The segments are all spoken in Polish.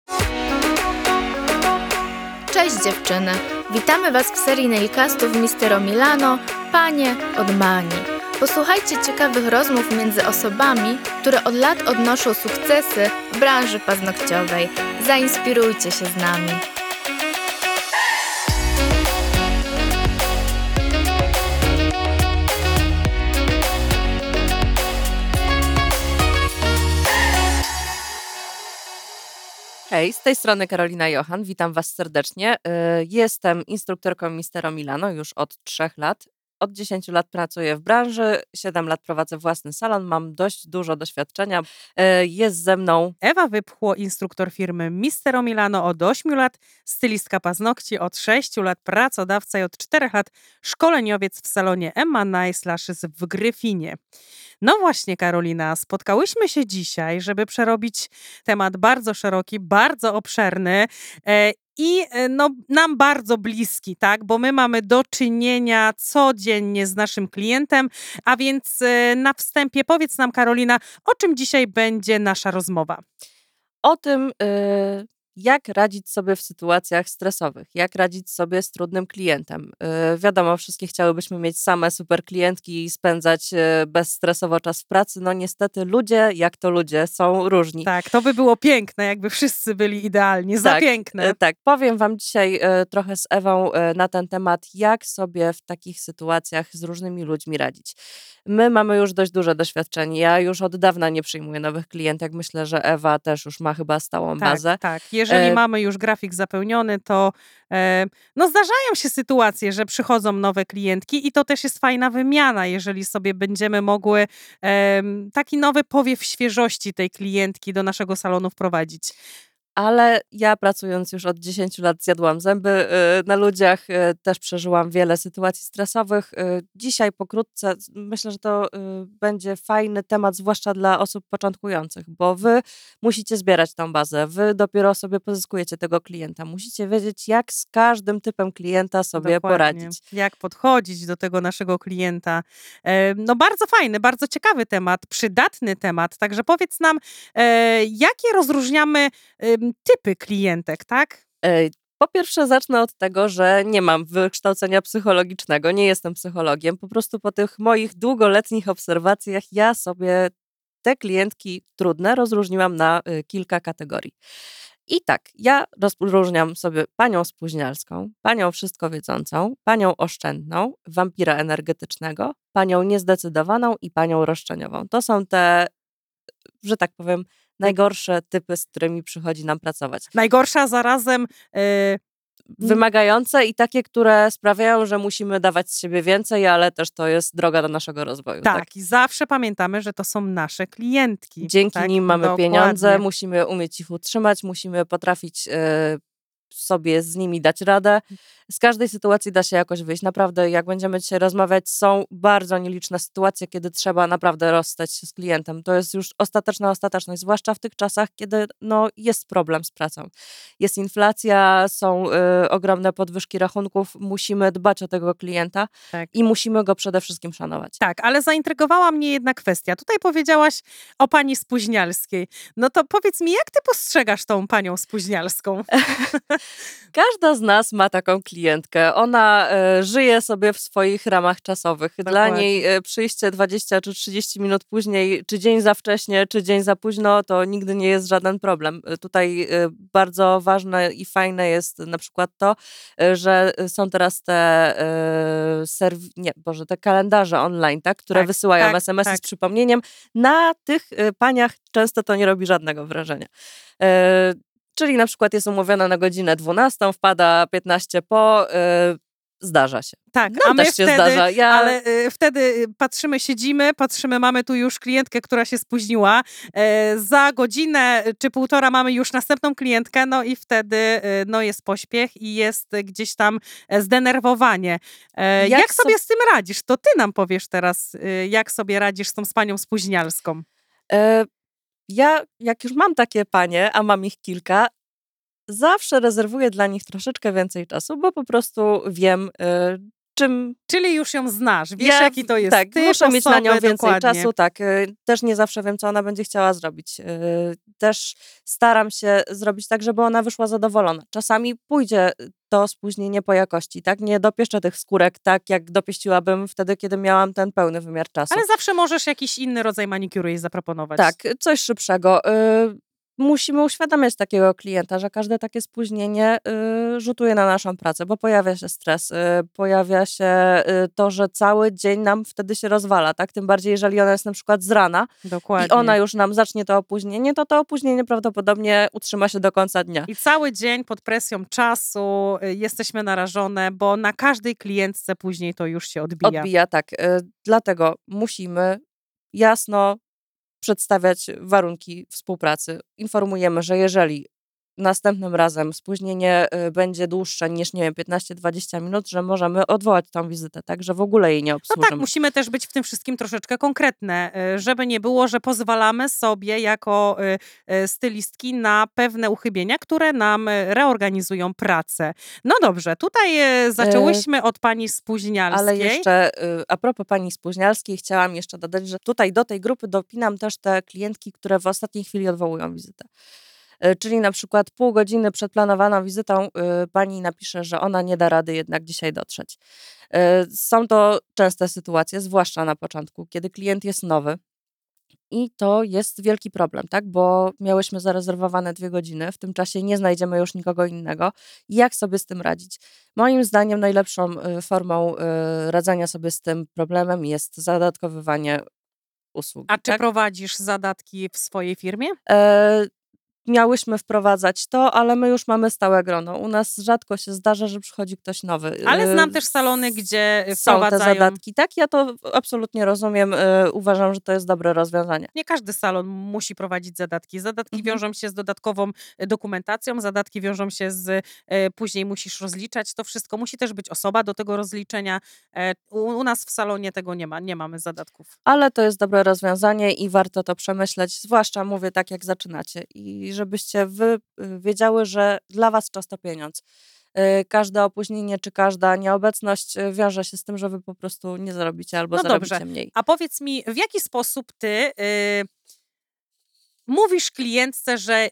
Cześć dziewczyny! Witamy Was w serii Nailcastów Mistero Milano Panie od Mani. Posłuchajcie ciekawych rozmów między osobami, które od lat odnoszą sukcesy w branży paznokciowej. Zainspirujcie się z nami. Hej, z tej strony Karolina Jochan, witam Was serdecznie. Jestem instruktorką Mistero Milano już od 3 lat. Od 10 lat pracuję w branży, 7 lat prowadzę własny salon, mam dość dużo doświadczenia. Jest ze mną Ewa Wypchło, instruktor firmy Mistero Milano od 8 lat, stylistka paznokci od 6 lat, pracodawca i od 4 lat szkoleniowiec w salonie Emma Nice Lashes w Gryfinie. No właśnie, Karolina, spotkałyśmy się dzisiaj, żeby przerobić temat bardzo szeroki, bardzo obszerny i nam bardzo bliski, tak? Bo my mamy do czynienia codziennie z naszym klientem, a więc na wstępie powiedz nam, Karolina, o czym dzisiaj będzie nasza rozmowa? o tym, jak radzić sobie w sytuacjach stresowych, jak radzić sobie z trudnym klientem. Wiadomo, wszystkie chciałybyśmy mieć same super klientki i spędzać bezstresowo czas w pracy. No niestety ludzie, jak to ludzie, są różni. Tak, to by było piękne, jakby wszyscy byli idealni, za piękne. Tak, powiem Wam dzisiaj trochę z Ewą na ten temat, jak sobie w takich sytuacjach z różnymi ludźmi radzić. My mamy już dość duże doświadczenie. Ja już od dawna nie przyjmuję nowych klientek. Myślę, że Ewa też już ma chyba stałą bazę. Tak. Jeżeli mamy już grafik zapełniony, to zdarzają się sytuacje, że przychodzą nowe klientki i to też jest fajna wymiana, jeżeli sobie będziemy mogły taki nowy powiew świeżości tej klientki do naszego salonu wprowadzić. Ale ja pracując już od 10 lat zjadłam zęby na ludziach, też przeżyłam wiele sytuacji stresowych. Dzisiaj pokrótce myślę, że to będzie fajny temat, zwłaszcza dla osób początkujących, bo wy musicie zbierać tą bazę, wy dopiero sobie pozyskujecie tego klienta. Musicie wiedzieć, jak z każdym typem klienta sobie Dokładnie. poradzić. Jak podchodzić do tego naszego klienta. Bardzo fajny, bardzo ciekawy temat, przydatny temat. Także powiedz nam, jakie rozróżniamy typy klientek, tak? Po pierwsze zacznę od tego, że nie mam wykształcenia psychologicznego, nie jestem psychologiem. Po prostu po tych moich długoletnich obserwacjach ja sobie te klientki trudne rozróżniłam na kilka kategorii. I tak, ja rozróżniam sobie panią spóźnialską, panią wszystko wiedzącą, panią oszczędną, wampira energetycznego, panią niezdecydowaną i panią roszczeniową. To są te, że tak powiem, najgorsze typy, z którymi przychodzi nam pracować. Najgorsza zarazem Wymagające i takie, które sprawiają, że musimy dawać z siebie więcej, ale też to jest droga do naszego rozwoju. Tak, i zawsze pamiętamy, że to są nasze klientki. Dzięki tak? nim mamy Dokładnie. pieniądze, musimy umieć ich utrzymać, musimy potrafić sobie z nimi dać radę. Z każdej sytuacji da się jakoś wyjść. Naprawdę, jak będziemy dzisiaj rozmawiać, są bardzo nieliczne sytuacje, kiedy trzeba naprawdę rozstać się z klientem. To jest już ostateczna ostateczność, zwłaszcza w tych czasach, kiedy jest problem z pracą. Jest inflacja, są ogromne podwyżki rachunków. Musimy dbać o tego klienta i musimy go przede wszystkim szanować. Tak, ale zaintrygowała mnie jedna kwestia. Tutaj powiedziałaś o pani spóźnialskiej. No to powiedz mi, jak ty postrzegasz tą panią spóźnialską? Każda z nas ma taką klientkę. Ona żyje sobie w swoich ramach czasowych. Dokładnie. Dla niej przyjście 20 czy 30 minut później, czy dzień za wcześnie, czy dzień za późno, to nigdy nie jest żaden problem. Tutaj bardzo ważne i fajne jest na przykład to, że są teraz te te kalendarze online, tak, które wysyłają SMS-y z przypomnieniem. Na tych paniach często to nie robi żadnego wrażenia. Czyli na przykład jest umówiona na godzinę 12, wpada 15 po, zdarza się. Tak, a my też się zdarza. Ale wtedy siedzimy, mamy tu już klientkę, która się spóźniła. Za godzinę czy półtora mamy już następną klientkę, no i wtedy jest pośpiech i jest gdzieś tam zdenerwowanie. Jak sobie z tym radzisz? To ty nam powiesz teraz, jak sobie radzisz z tą panią spóźnialską. Ja, jak już mam takie panie, a mam ich kilka, zawsze rezerwuję dla nich troszeczkę więcej czasu, bo po prostu wiem, czym Czyli już ją znasz, wiesz jaki to jest tak, typ muszę mieć na nią osoby, więcej dokładnie. czasu, tak. Też nie zawsze wiem, co ona będzie chciała zrobić. Też staram się zrobić tak, żeby ona wyszła zadowolona. Czasami pójdzie to spóźnienie po jakości, tak? Nie dopieszczę tych skórek tak, jak dopieściłabym wtedy, kiedy miałam ten pełny wymiar czasu. Ale zawsze możesz jakiś inny rodzaj manikury jej zaproponować. Tak, coś szybszego. Musimy uświadamiać takiego klienta, że każde takie spóźnienie rzutuje na naszą pracę, bo pojawia się stres, pojawia się to, że cały dzień nam wtedy się rozwala, tak? Tym bardziej, jeżeli ona jest na przykład z rana Dokładnie. i ona już nam zacznie to opóźnienie, to opóźnienie prawdopodobnie utrzyma się do końca dnia. I cały dzień pod presją czasu jesteśmy narażone, bo na każdej klientce później to już się odbija. Odbija, tak. Dlatego musimy jasno przedstawiać warunki współpracy. Informujemy, że jeżeli następnym razem spóźnienie będzie dłuższe niż, nie wiem, 15-20 minut, że możemy odwołać tą wizytę, tak, że w ogóle jej nie No obsłużymy. tak, musimy też być w tym wszystkim troszeczkę konkretne, żeby nie było, że pozwalamy sobie jako stylistki na pewne uchybienia, które nam reorganizują pracę. No dobrze, tutaj zaczęłyśmy od pani spóźnialskiej. Ale jeszcze a propos pani spóźnialskiej, chciałam jeszcze dodać, że tutaj do tej grupy dopinam też te klientki, które w ostatniej chwili odwołują wizytę. Czyli na przykład pół godziny przed planowaną wizytą pani napisze, że ona nie da rady jednak dzisiaj dotrzeć. Są to częste sytuacje, zwłaszcza na początku, kiedy klient jest nowy. I to jest wielki problem, tak? Bo miałyśmy zarezerwowane 2 godziny, w tym czasie nie znajdziemy już nikogo innego. Jak sobie z tym radzić? Moim zdaniem najlepszą formą radzenia sobie z tym problemem jest zadatkowywanie usług. A czy tak? prowadzisz zadatki w swojej firmie? Miałyśmy wprowadzać to, ale my już mamy stałe grono. U nas rzadko się zdarza, że przychodzi ktoś nowy. Ale znam też salony, gdzie są te wprowadzają... zadatki. Tak, ja to absolutnie rozumiem. Uważam, że to jest dobre rozwiązanie. Nie każdy salon musi prowadzić zadatki. Zadatki wiążą się z dodatkową dokumentacją, zadatki wiążą się z później musisz rozliczać to wszystko. Musi też być osoba do tego rozliczenia. U nas w salonie tego nie ma, nie mamy zadatków. Ale to jest dobre rozwiązanie i warto to przemyśleć, zwłaszcza mówię tak, jak zaczynacie. I żebyście wy wiedziały, że dla was czas to pieniądz. Każde opóźnienie czy każda nieobecność wiąże się z tym, że wy po prostu nie zarobicie albo No zarobicie dobrze. mniej. A powiedz mi, w jaki sposób ty mówisz klientce, że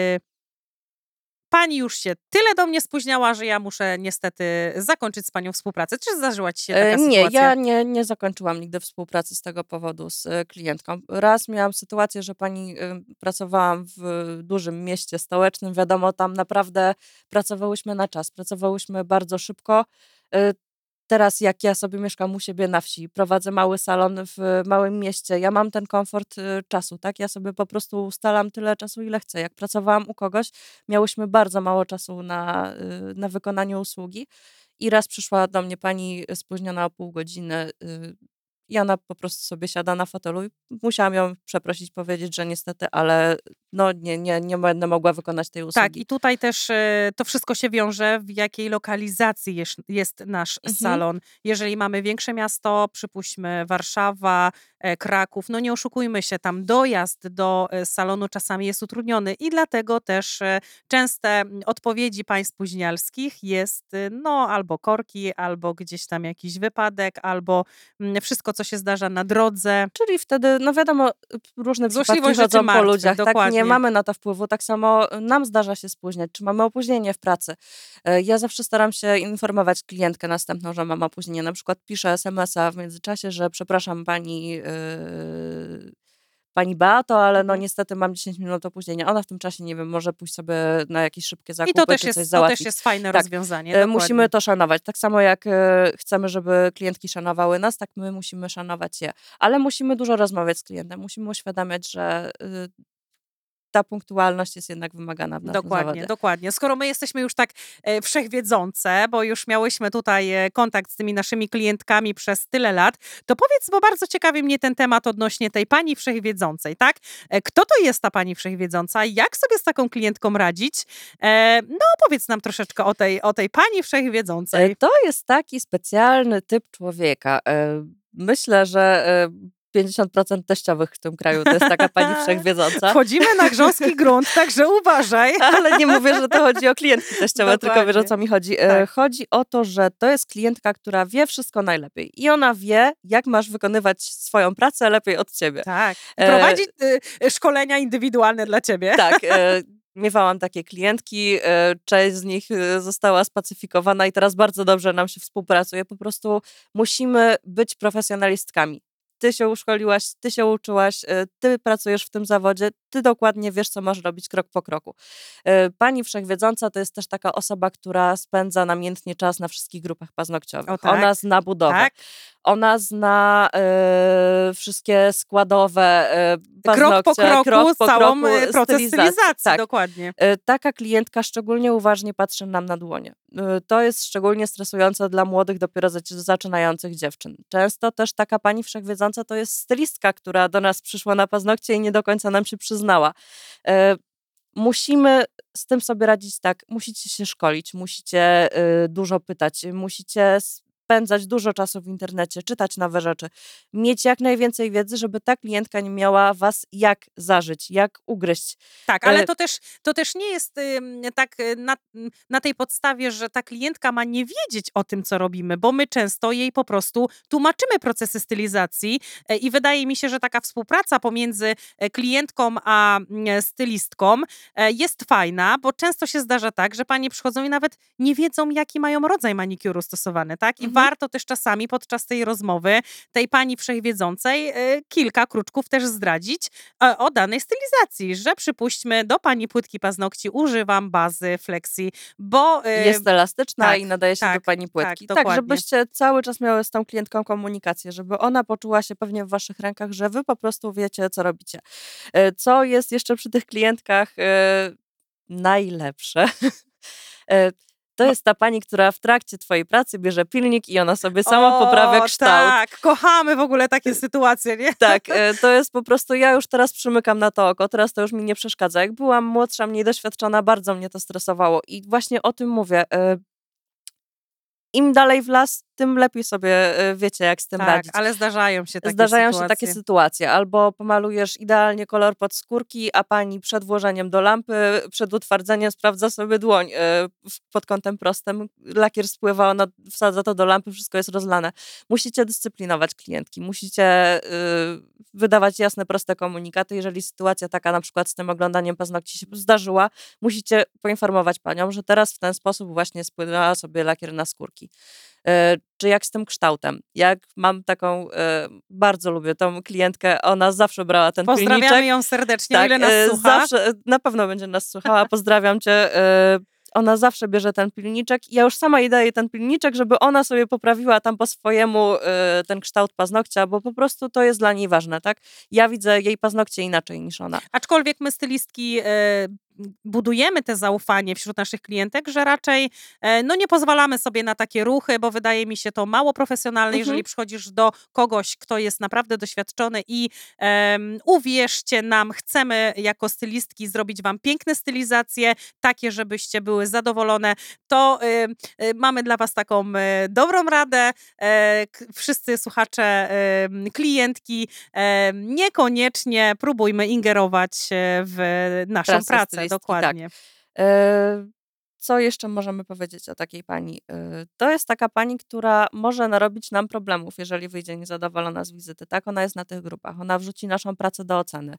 pani już się tyle do mnie spóźniała, że ja muszę niestety zakończyć z panią współpracę. Czy zdarzyła ci się taka Nie, sytuacja? ja nie zakończyłam nigdy współpracy z tego powodu z klientką. Raz miałam sytuację, że pani pracowałam w dużym mieście stołecznym, wiadomo, tam naprawdę pracowałyśmy na czas, pracowałyśmy bardzo szybko. Teraz jak ja sobie mieszkam u siebie na wsi, prowadzę mały salon w małym mieście, ja mam ten komfort czasu, tak? Ja sobie po prostu ustalam tyle czasu, ile chcę. Jak pracowałam u kogoś, miałyśmy bardzo mało czasu na wykonanie usługi. I raz przyszła do mnie pani spóźniona o pół godziny i ona po prostu sobie siada na fotelu i musiałam ją przeprosić, powiedzieć, że niestety, ale no nie będę mogła wykonać tej usługi. Tak, i tutaj też to wszystko się wiąże, w jakiej lokalizacji jest nasz salon. Jeżeli mamy większe miasto, przypuśćmy Warszawa, Kraków, no nie oszukujmy się, tam dojazd do salonu czasami jest utrudniony i dlatego też częste odpowiedzi pań spóźnialskich jest no albo korki, albo gdzieś tam jakiś wypadek, albo wszystko, co się zdarza na drodze. Czyli wtedy, no wiadomo, różne przypadki Złośliwość chodzą rzeczy po martwych, ludziach, tak? dokładnie. Nie mamy na to wpływu. Tak samo nam zdarza się spóźniać, czy mamy opóźnienie w pracy. Ja zawsze staram się informować klientkę następną, że mam opóźnienie. Na przykład piszę SMS-a w międzyczasie, że przepraszam pani Beato, ale no niestety mam 10 minut opóźnienia. Ona w tym czasie, nie wiem, może pójść sobie na jakieś szybkie zakupy, I to też, czy jest, coś to załatwić. też jest fajne Tak. rozwiązanie. Dokładnie. Musimy to szanować. Tak samo jak chcemy, żeby klientki szanowały nas, tak my musimy szanować je. Ale musimy dużo rozmawiać z klientem. Musimy uświadamiać, że ta punktualność jest jednak wymagana w naszym zawodzie. Dokładnie. Skoro my jesteśmy już tak wszechwiedzące, bo już miałyśmy tutaj kontakt z tymi naszymi klientkami przez tyle lat, to powiedz, bo bardzo ciekawi mnie ten temat odnośnie tej pani wszechwiedzącej, tak? Kto to jest ta pani wszechwiedząca? Jak sobie z taką klientką radzić? No opowiedz nam troszeczkę o tej pani wszechwiedzącej. To jest taki specjalny typ człowieka. Myślę, że 50% teściowych w tym kraju to jest taka pani wszechwiedząca. Wchodzimy na grząski grunt, także uważaj. Ale nie mówię, że to chodzi o klientki teściowe, tylko wiesz, o Dokładnie. co mi chodzi. Tak. Chodzi o to, że to jest klientka, która wie wszystko najlepiej i ona wie, jak masz wykonywać swoją pracę lepiej od ciebie. Tak. E, Prowadzi szkolenia indywidualne dla ciebie. Tak, miewałam takie klientki, część z nich została spacyfikowana i teraz bardzo dobrze nam się współpracuje. Po prostu musimy być profesjonalistkami. Ty się uszkoliłaś, ty się uczyłaś, ty pracujesz w tym zawodzie, ty dokładnie wiesz, co masz robić krok po kroku. Pani wszechwiedząca to jest też taka osoba, która spędza namiętnie czas na wszystkich grupach paznokciowych. O tak. Ona zna budowę. Tak. Ona zna wszystkie składowe Krok po paznokcie, kroku, całą proces stylizacji. stylizacji, Tak. dokładnie. Taka klientka szczególnie uważnie patrzy nam na dłonie. To jest szczególnie stresujące dla młodych, dopiero zaczynających dziewczyn. Często też taka pani wszechwiedząca to jest stylistka, która do nas przyszła na paznokcie i nie do końca nam się przyznała. Musimy z tym sobie radzić tak. Musicie się szkolić, musicie dużo pytać, musicie spędzać dużo czasu w internecie, czytać nowe rzeczy, mieć jak najwięcej wiedzy, żeby ta klientka nie miała was jak zażyć, jak ugryźć. Tak, ale to też nie jest tak na tej podstawie, że ta klientka ma nie wiedzieć o tym, co robimy, bo my często jej po prostu tłumaczymy procesy stylizacji i wydaje mi się, że taka współpraca pomiędzy klientką a stylistką jest fajna, bo często się zdarza tak, że panie przychodzą i nawet nie wiedzą, jaki mają rodzaj manikuru stosowany, tak? I warto też czasami podczas tej rozmowy tej pani wszechwiedzącej kilka kruczków też zdradzić o danej stylizacji, że przypuśćmy, do pani płytki paznokci używam bazy Flexi, bo jest elastyczna tak, i nadaje się tak, do pani płytki. tak, Tak, dokładnie. żebyście cały czas miały z tą klientką komunikację, żeby ona poczuła się pewnie w waszych rękach, że wy po prostu wiecie, co robicie. Co jest jeszcze przy tych klientkach najlepsze? To jest ta pani, która w trakcie twojej pracy bierze pilnik i ona sobie sama poprawia kształt. Tak, kochamy w ogóle takie sytuacje, nie? Tak, to jest po prostu, ja już teraz przymykam na to oko, teraz to już mi nie przeszkadza. Jak byłam młodsza, mniej doświadczona, bardzo mnie to stresowało i właśnie o tym mówię. Im dalej w las, tym lepiej sobie wiecie, jak z tym Tak, radzić. ale zdarzają się takie Zdarzają sytuacje. się takie sytuacje. Albo pomalujesz idealnie kolor pod skórki, a pani przed włożeniem do lampy, przed utwardzeniem sprawdza sobie dłoń pod kątem prostym. Lakier spływa, ona wsadza to do lampy, wszystko jest rozlane. Musicie dyscyplinować klientki, musicie wydawać jasne, proste komunikaty. Jeżeli sytuacja taka na przykład z tym oglądaniem paznokci się zdarzyła, musicie poinformować panią, że teraz w ten sposób właśnie spłynęła sobie lakier na skórki. Czy jak z tym kształtem. Jak mam taką, bardzo lubię tą klientkę, ona zawsze brała ten pilniczek. Pozdrawiamy ją serdecznie, o ile nas słucha. Zawsze, na pewno będzie nas słuchała, pozdrawiam cię. Ona zawsze bierze ten pilniczek i ja już sama jej daję ten pilniczek, żeby ona sobie poprawiła tam po swojemu ten kształt paznokcia, bo po prostu to jest dla niej ważne, tak? Ja widzę jej paznokcie inaczej niż ona. Aczkolwiek my stylistki budujemy te zaufanie wśród naszych klientek, że raczej nie pozwalamy sobie na takie ruchy, bo wydaje mi się to mało profesjonalne, jeżeli przychodzisz do kogoś, kto jest naprawdę doświadczony i uwierzcie nam, chcemy jako stylistki zrobić wam piękne stylizacje, takie, żebyście były zadowolone, to mamy dla was taką dobrą radę. Wszyscy słuchacze, klientki, niekoniecznie próbujmy ingerować w naszą pracę. Dokładnie. Tak. Co jeszcze możemy powiedzieć o takiej pani? To jest taka pani, która może narobić nam problemów, jeżeli wyjdzie niezadowolona z wizyty. Tak, ona jest na tych grupach. Ona wrzuci naszą pracę do oceny.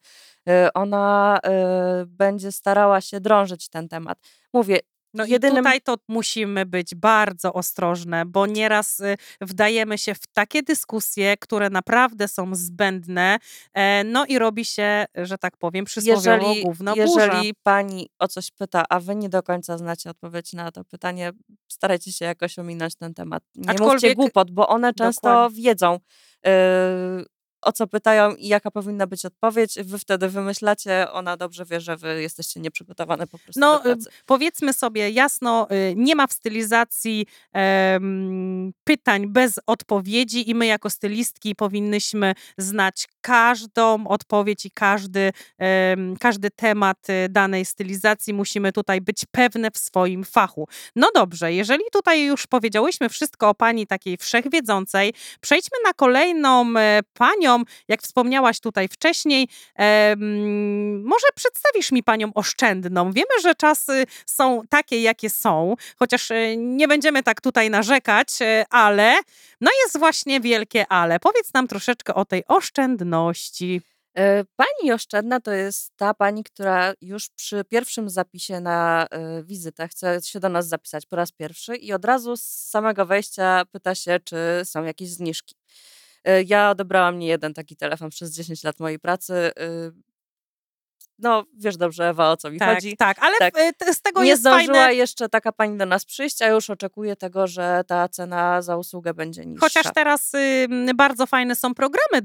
Ona będzie starała się drążyć ten temat. Mówię, No i tutaj to musimy być bardzo ostrożne, bo nieraz wdajemy się w takie dyskusje, które naprawdę są zbędne, no i robi się, że tak powiem, przysłowiowo gówno burza. Jeżeli pani o coś pyta, a wy nie do końca znacie odpowiedź na to pytanie, starajcie się jakoś ominąć ten temat. Nie mówcie głupot, bo one często wiedzą, o co pytają i jaka powinna być odpowiedź. Wy wtedy wymyślacie, ona dobrze wie, że wy jesteście nieprzygotowane po prostu do pracy. Powiedzmy sobie jasno, nie ma w stylizacji pytań bez odpowiedzi i my jako stylistki powinnyśmy znać każdą odpowiedź i każdy temat danej stylizacji. Musimy tutaj być pewne w swoim fachu. No dobrze, jeżeli tutaj już powiedziałyśmy wszystko o pani takiej wszechwiedzącej, przejdźmy na kolejną panią, paniom, jak wspomniałaś tutaj wcześniej, może przedstawisz mi panią oszczędną. Wiemy, że czasy są takie, jakie są, chociaż nie będziemy tak tutaj narzekać, ale no jest właśnie wielkie ale. Powiedz nam troszeczkę o tej oszczędności. Pani oszczędna to jest ta pani, która już przy pierwszym zapisie na wizytę chce się do nas zapisać po raz pierwszy i od razu z samego wejścia pyta się, czy są jakieś zniżki. Ja odebrałam nie jeden taki telefon przez 10 lat mojej pracy. No, wiesz dobrze, Ewa, o co mi Tak, chodzi. tak, ale Tak. z tego Nie jest zdążyła fajne, jeszcze taka pani do nas przyjść, a już oczekuje tego, że ta cena za usługę będzie niższa. chociaż teraz bardzo fajne są programy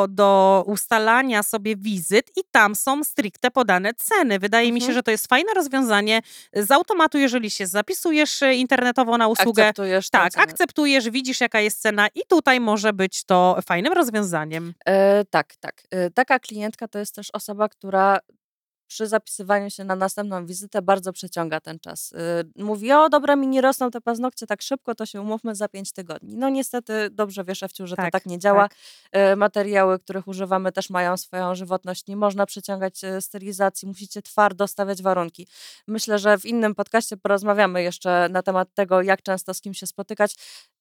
do ustalania sobie wizyt i tam są stricte podane ceny. Wydaje mi się, że to jest fajne rozwiązanie. Z automatu, jeżeli się zapisujesz internetowo na usługę, Akceptujesz tę tak, cenę. akceptujesz, widzisz jaka jest cena i tutaj może być to fajnym rozwiązaniem. Tak, tak. Taka klientka to jest też osoba, która przy zapisywaniu się na następną wizytę bardzo przeciąga ten czas. Mówi: o dobra, mi nie rosną te paznokcie tak szybko, to się umówmy za 5 tygodni. No niestety, dobrze wiesz, Ewciu, że to Tak, tak nie działa. tak. Materiały, których używamy, też mają swoją żywotność. Nie można przeciągać stylizacji, musicie twardo stawiać warunki. Myślę, że w innym podcaście porozmawiamy jeszcze na temat tego, jak często z kim się spotykać.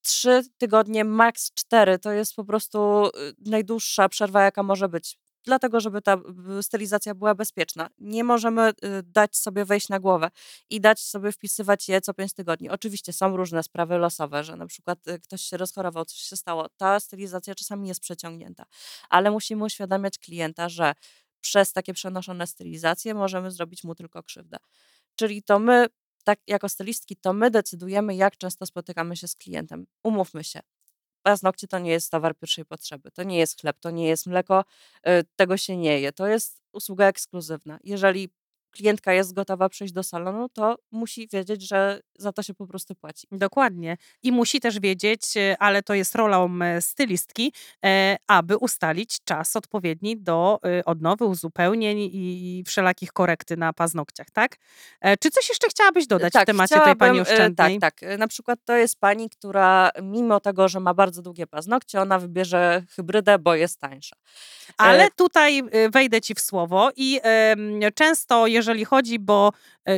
3 tygodnie, maks 4, to jest po prostu najdłuższa przerwa, jaka może być. Dlatego, żeby ta stylizacja była bezpieczna. Nie możemy dać sobie wejść na głowę i dać sobie wpisywać je co 5 tygodni. Oczywiście są różne sprawy losowe, że na przykład ktoś się rozchorował, coś się stało. Ta stylizacja czasami jest przeciągnięta, ale musimy uświadamiać klienta, że przez takie przenoszone stylizacje możemy zrobić mu tylko krzywdę. Czyli to my, tak jako stylistki, to my decydujemy, jak często spotykamy się z klientem. Umówmy się. Paznokcie to nie jest towar pierwszej potrzeby. To nie jest chleb, to nie jest mleko, tego się nie je. To jest usługa ekskluzywna. Jeżeli klientka jest gotowa przyjść do salonu, to musi wiedzieć, że za to się po prostu płaci. Dokładnie. I musi też wiedzieć, ale to jest rolą stylistki, aby ustalić czas odpowiedni do odnowy, uzupełnień i wszelakich korekty na paznokciach, tak? Czy coś jeszcze chciałabyś dodać w temacie tej pani oszczędnej? Tak. Na przykład to jest pani, która mimo tego, że ma bardzo długie paznokcie, ona wybierze hybrydę, bo jest tańsza. Ale tutaj wejdę ci w słowo i często, jeżeli chodzi, bo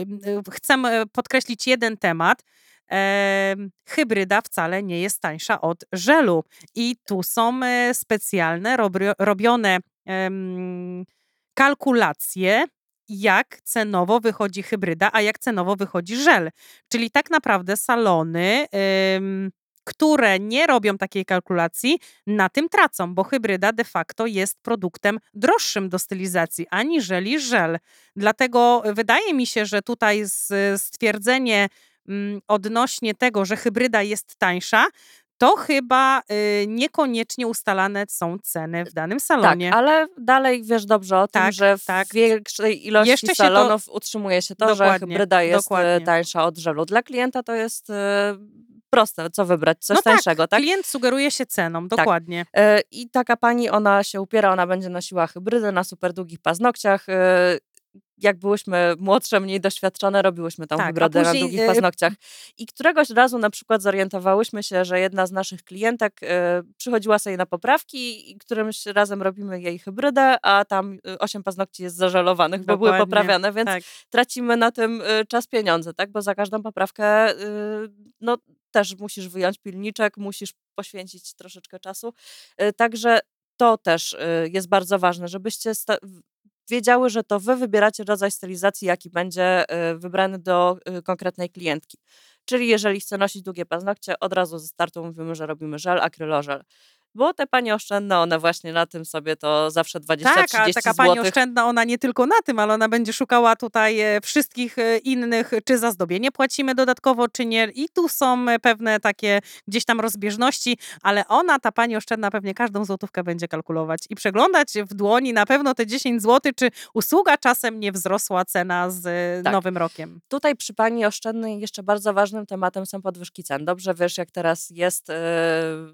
chcę podkreślić jeden temat, hybryda wcale nie jest tańsza od żelu. I tu są specjalne, robione kalkulacje, jak cenowo wychodzi hybryda, a jak cenowo wychodzi żel. Czyli tak naprawdę salony, które nie robią takiej kalkulacji, na tym tracą, bo hybryda de facto jest produktem droższym do stylizacji, aniżeli żel. Dlatego wydaje mi się, że tutaj stwierdzenie odnośnie tego, że hybryda jest tańsza, to chyba niekoniecznie ustalane są ceny w danym Tak, salonie. ale dalej wiesz dobrze o tym, Tak, że w tak. większej ilości Jeszcze się to- salonów utrzymuje się to, że Dokładnie, hybryda jest dokładnie. tańsza od żelu. Dla klienta to jest proste, co wybrać, coś No tańszego, tak? Klient sugeruje się ceną, dokładnie. I taka pani, ona się upiera, ona będzie nosiła hybrydę na super długich paznokciach. Jak byłyśmy młodsze, mniej doświadczone, robiłyśmy tą Tak, a hybrydę na później, długich paznokciach. I któregoś razu na przykład zorientowałyśmy się, że jedna z naszych klientek przychodziła sobie na poprawki i którymś razem robimy jej hybrydę, a tam 8 paznokci jest zażelowanych, bo były Dokładnie, poprawiane, więc tak. tracimy na tym czas, pieniądze, tak? Bo za każdą poprawkę no, też musisz wyjąć pilniczek, musisz poświęcić troszeczkę czasu. Także to też jest bardzo ważne, żebyście wiedziały, że to wy wybieracie rodzaj stylizacji, jaki będzie wybrany do konkretnej klientki. Czyli jeżeli chce nosić długie paznokcie, od razu ze startu mówimy, że robimy żel, akrylożel. Bo te panie oszczędne, one właśnie na tym sobie to zawsze 20-30 Tak, a taka pani złotych. oszczędna, ona nie tylko na tym, ale ona będzie szukała tutaj wszystkich innych, czy za zdobienie płacimy dodatkowo, czy nie. I tu są pewne takie gdzieś tam rozbieżności, ale ona, ta pani oszczędna, pewnie każdą złotówkę będzie kalkulować i przeglądać w dłoni na pewno te 10 zł, czy usługa czasem nie wzrosła cena z Tak. nowym rokiem. Tutaj przy pani oszczędnej jeszcze bardzo ważnym tematem są podwyżki cen. Dobrze wiesz, jak teraz jest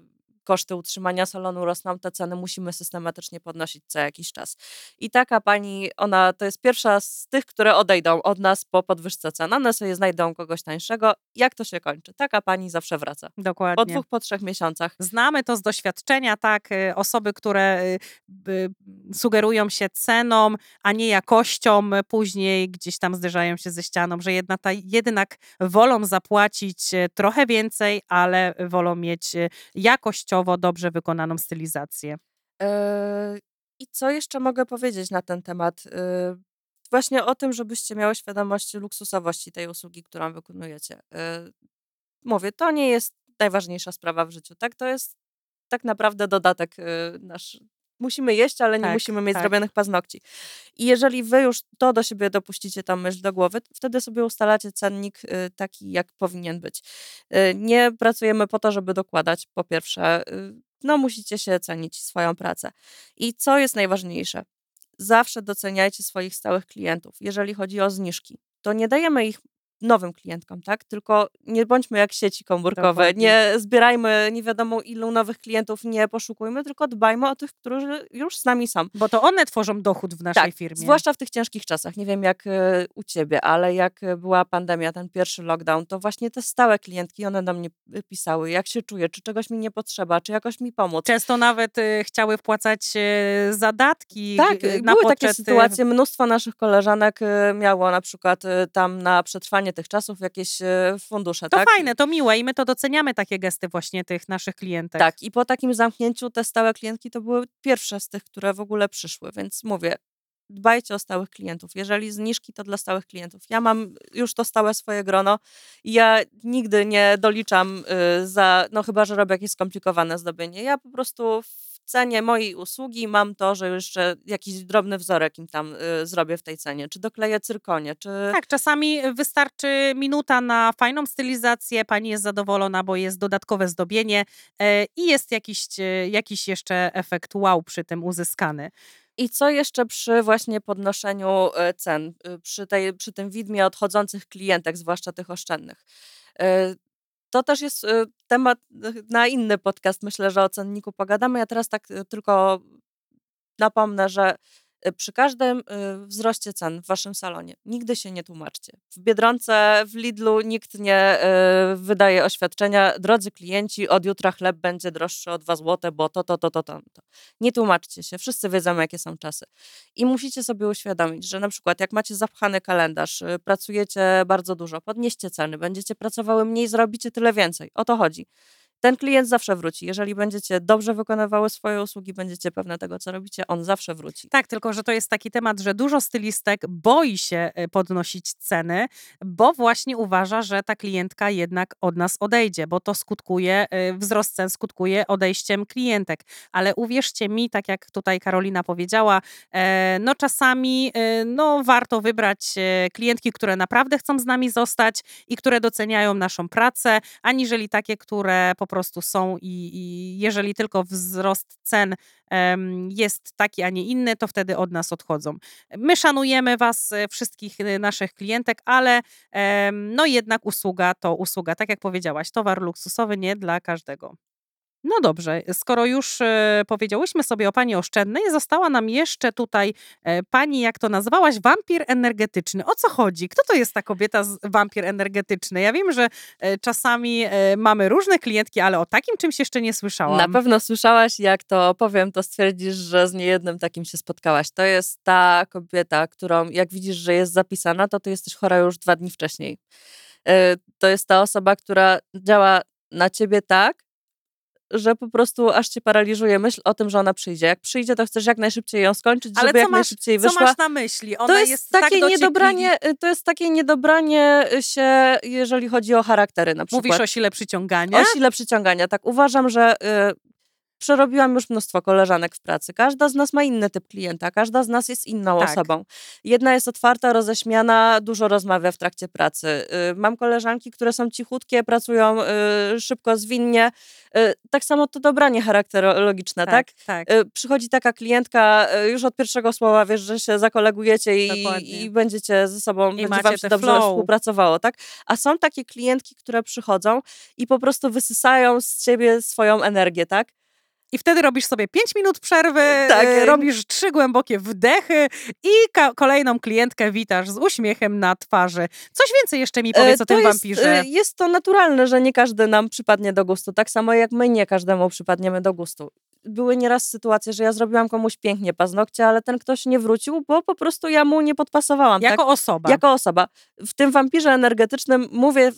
koszty utrzymania salonu rosną, te ceny musimy systematycznie podnosić co jakiś czas. I taka pani, ona to jest pierwsza z tych, które odejdą od nas po podwyżce cen. One sobie znajdą kogoś tańszego. Jak to się kończy? Taka pani zawsze wraca. Po Dokładnie. 2, po 3 miesiącach. Znamy to z doświadczenia, tak, osoby, które sugerują się ceną, a nie jakością, później gdzieś tam zderzają się ze ścianą, że jednak wolą zapłacić trochę więcej, ale wolą mieć jakościowo dobrze wykonaną stylizację. I co jeszcze mogę powiedzieć na ten temat? Właśnie o tym, żebyście miały świadomość luksusowości tej usługi, którą wykonujecie. Mówię, to nie jest najważniejsza sprawa w życiu, tak? To jest tak naprawdę dodatek nasz. Musimy jeść, ale nie Tak, musimy mieć tak. zrobionych paznokci. I jeżeli wy już to do siebie dopuścicie tą myśl do głowy, to wtedy sobie ustalacie cennik taki, jak powinien być. Nie pracujemy po to, żeby dokładać, po pierwsze. No musicie się cenić swoją pracę. I co jest najważniejsze? Zawsze doceniajcie swoich stałych klientów. Jeżeli chodzi o zniżki, to nie dajemy ich nowym klientkom, tak? Tylko nie bądźmy jak sieci komórkowe, Dokładnie. nie zbierajmy nie wiadomo ilu nowych klientów, nie poszukujmy, tylko dbajmy o tych, którzy już z nami są. Bo to one tworzą dochód w naszej Tak, firmie. zwłaszcza w tych ciężkich czasach. Nie wiem jak u ciebie, ale jak była pandemia, ten pierwszy lockdown, to właśnie te stałe klientki, one do mnie pisały, jak się czuję, czy czegoś mi nie potrzeba, czy jakoś mi pomóc. Często nawet chciały wpłacać zadatki Tak, na były takie poczet. sytuacje. Mnóstwo naszych koleżanek miało na przykład tam na przetrwanie tych czasów jakieś fundusze, To tak? fajne, to miłe i my to doceniamy, takie gesty właśnie tych naszych klientek. Tak, i po takim zamknięciu te stałe klientki to były pierwsze z tych, które w ogóle przyszły, więc mówię, dbajcie o stałych klientów. Jeżeli zniżki, to dla stałych klientów. Ja mam już to stałe swoje grono i ja nigdy nie doliczam no chyba, że robię jakieś skomplikowane zdobienie. Ja po prostu w cenie mojej usługi mam to, że jeszcze jakiś drobny wzorek im tam zrobię w tej cenie. Czy dokleję cyrkonie, czy... Tak, czasami wystarczy minuta na fajną stylizację, pani jest zadowolona, bo jest dodatkowe zdobienie i jest jakiś jeszcze efekt wow przy tym uzyskany. I co jeszcze przy właśnie podnoszeniu cen, przy tym widmie odchodzących klientek, zwłaszcza tych oszczędnych. To też jest temat na inny podcast, myślę, że o cenniku pogadamy. Ja teraz tak tylko napomnę, że przy każdym wzroście cen w waszym salonie nigdy się nie tłumaczcie. W Biedronce, w Lidlu nikt nie wydaje oświadczenia: drodzy klienci, od jutra chleb będzie droższy o 2 zł, bo to. Nie tłumaczcie się, wszyscy wiedzą, jakie są czasy. I musicie sobie uświadomić, że na przykład jak macie zapchany kalendarz, pracujecie bardzo dużo, podnieście ceny, będziecie pracowały mniej, zrobicie tyle więcej. O to chodzi. Ten klient zawsze wróci. Jeżeli będziecie dobrze wykonywały swoje usługi, będziecie pewne tego, co robicie, on zawsze wróci. Tak, tylko że to jest taki temat, że dużo stylistek boi się podnosić ceny, bo właśnie uważa, że ta klientka jednak od nas odejdzie, bo to wzrost cen skutkuje odejściem klientek. Ale uwierzcie mi, tak jak tutaj Karolina powiedziała, no czasami warto wybrać klientki, które naprawdę chcą z nami zostać i które doceniają naszą pracę, aniżeli takie, które po prostu są i jeżeli tylko wzrost cen jest taki, a nie inny, to wtedy od nas odchodzą. My szanujemy was, wszystkich naszych klientek, ale jednak usługa to usługa. Tak jak powiedziałaś, towar luksusowy nie dla każdego. No dobrze, skoro już powiedziałyśmy sobie o pani oszczędnej, została nam jeszcze tutaj pani, jak to nazwałaś, wampir energetyczny. O co chodzi? Kto to jest ta kobieta wampir energetyczny? Ja wiem, że czasami mamy różne klientki, ale o takim czymś jeszcze nie słyszałam. Na pewno słyszałaś, jak to powiem, to stwierdzisz, że z niejednym takim się spotkałaś. To jest ta kobieta, którą jak widzisz, że jest zapisana, to ty jesteś chora już 2 dni wcześniej. To jest ta osoba, która działa na ciebie tak, że po prostu aż cię paraliżuje myśl o tym, że ona przyjdzie. Jak przyjdzie, to chcesz jak najszybciej ją skończyć, Ale żeby jak najszybciej wyszła. Co masz na myśli? Ona To jest takie to jest takie niedobranie się, jeżeli chodzi o charaktery na przykład. Mówisz o sile przyciągania? O sile przyciągania, tak. Uważam, że Przerobiłam już mnóstwo koleżanek w pracy. Każda z nas ma inny typ klienta, każda z nas jest inną Tak. osobą. Jedna jest otwarta, roześmiana, dużo rozmawia w trakcie pracy. Mam koleżanki, które są cichutkie, pracują szybko, zwinnie. Tak samo to dobranie charakterologiczne, tak? Tak. Przychodzi taka klientka, już od pierwszego słowa wiesz, że się zakolegujecie Dokładnie. i będziecie ze sobą, będzie macie wam się te dobrze flow. współpracowało, tak? A są takie klientki, które przychodzą i po prostu wysysają z ciebie swoją energię, tak? I wtedy robisz sobie 5 minut przerwy, Tak. robisz 3 głębokie wdechy i kolejną klientkę witasz z uśmiechem na twarzy. Coś więcej jeszcze mi powiedz o tym wampirze. Jest to naturalne, że nie każdy nam przypadnie do gustu, tak samo jak my nie każdemu przypadniemy do gustu. Były nieraz sytuacje, że ja zrobiłam komuś pięknie paznokcie, ale ten ktoś nie wrócił, bo po prostu ja mu nie podpasowałam. Jako tak? osoba. Jako osoba. W tym wampirze energetycznym mówię...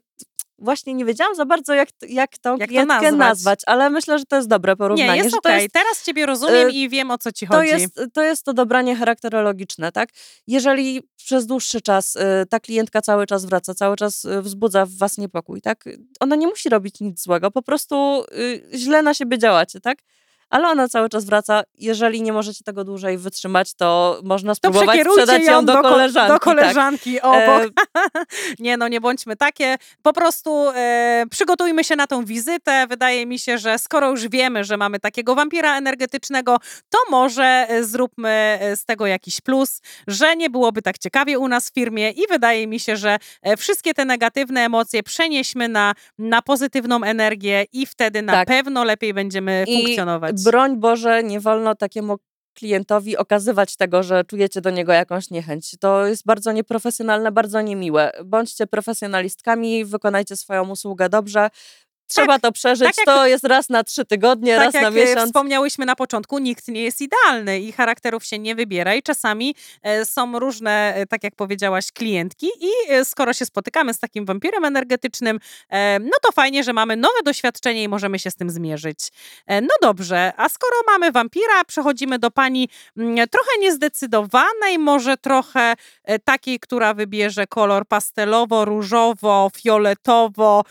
Właśnie nie wiedziałam za bardzo, jak tą klientkę nazwać, ale myślę, że to jest dobre porównanie. Nie, jest okej. Teraz ciebie rozumiem i wiem, o co ci chodzi. To jest to dobranie charakterologiczne, tak? Jeżeli przez dłuższy czas ta klientka cały czas wraca, cały czas wzbudza w was niepokój, tak? Ona nie musi robić nic złego, po prostu źle na siebie działacie, tak? Ale ona cały czas wraca. Jeżeli nie możecie tego dłużej wytrzymać, to można spróbować sprzedać ją do koleżanki. Do koleżanki obok. Nie, nie bądźmy takie. Po prostu przygotujmy się na tą wizytę. Wydaje mi się, że skoro już wiemy, że mamy takiego wampira energetycznego, to może zróbmy z tego jakiś plus, że nie byłoby tak ciekawie u nas w firmie i wydaje mi się, że wszystkie te negatywne emocje przenieśmy na pozytywną energię i wtedy na pewno lepiej będziemy funkcjonować. Broń Boże, nie wolno takiemu klientowi okazywać tego, że czujecie do niego jakąś niechęć. To jest bardzo nieprofesjonalne, bardzo niemiłe. Bądźcie profesjonalistkami, wykonajcie swoją usługę dobrze. Trzeba to przeżyć, to jest raz na 3 tygodnie, raz na miesiąc. Tak jak wspomniałyśmy na początku, nikt nie jest idealny i charakterów się nie wybiera i czasami są różne, tak jak powiedziałaś, klientki i skoro się spotykamy z takim wampirem energetycznym, no to fajnie, że mamy nowe doświadczenie i możemy się z tym zmierzyć. No dobrze, a skoro mamy wampira, przechodzimy do pani trochę niezdecydowanej, może trochę takiej, która wybierze kolor pastelowo, różowo, fioletowo,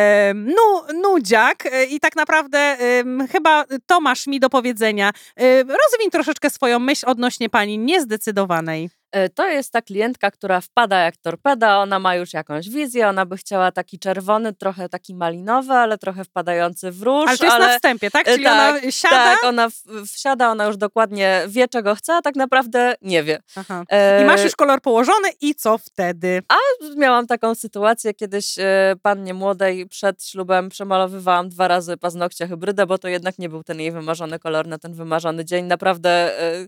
nudziak i tak naprawdę chyba to masz mi do powiedzenia. Rozwiń troszeczkę swoją myśl odnośnie pani niezdecydowanej. To jest ta klientka, która wpada jak torpeda, ona ma już jakąś wizję, ona by chciała taki czerwony, trochę taki malinowy, ale trochę wpadający w róż. Ale to jest na wstępie, tak? Czyli ona siada? Tak, ona wsiada, ona już dokładnie wie, czego chce, a tak naprawdę nie wie. Aha. I masz już kolor położony i co wtedy? A miałam taką sytuację, kiedyś pannie młodej przed ślubem przemalowywałam 2 razy paznokcie hybrydę, bo to jednak nie był ten jej wymarzony kolor na ten wymarzony dzień. Naprawdę,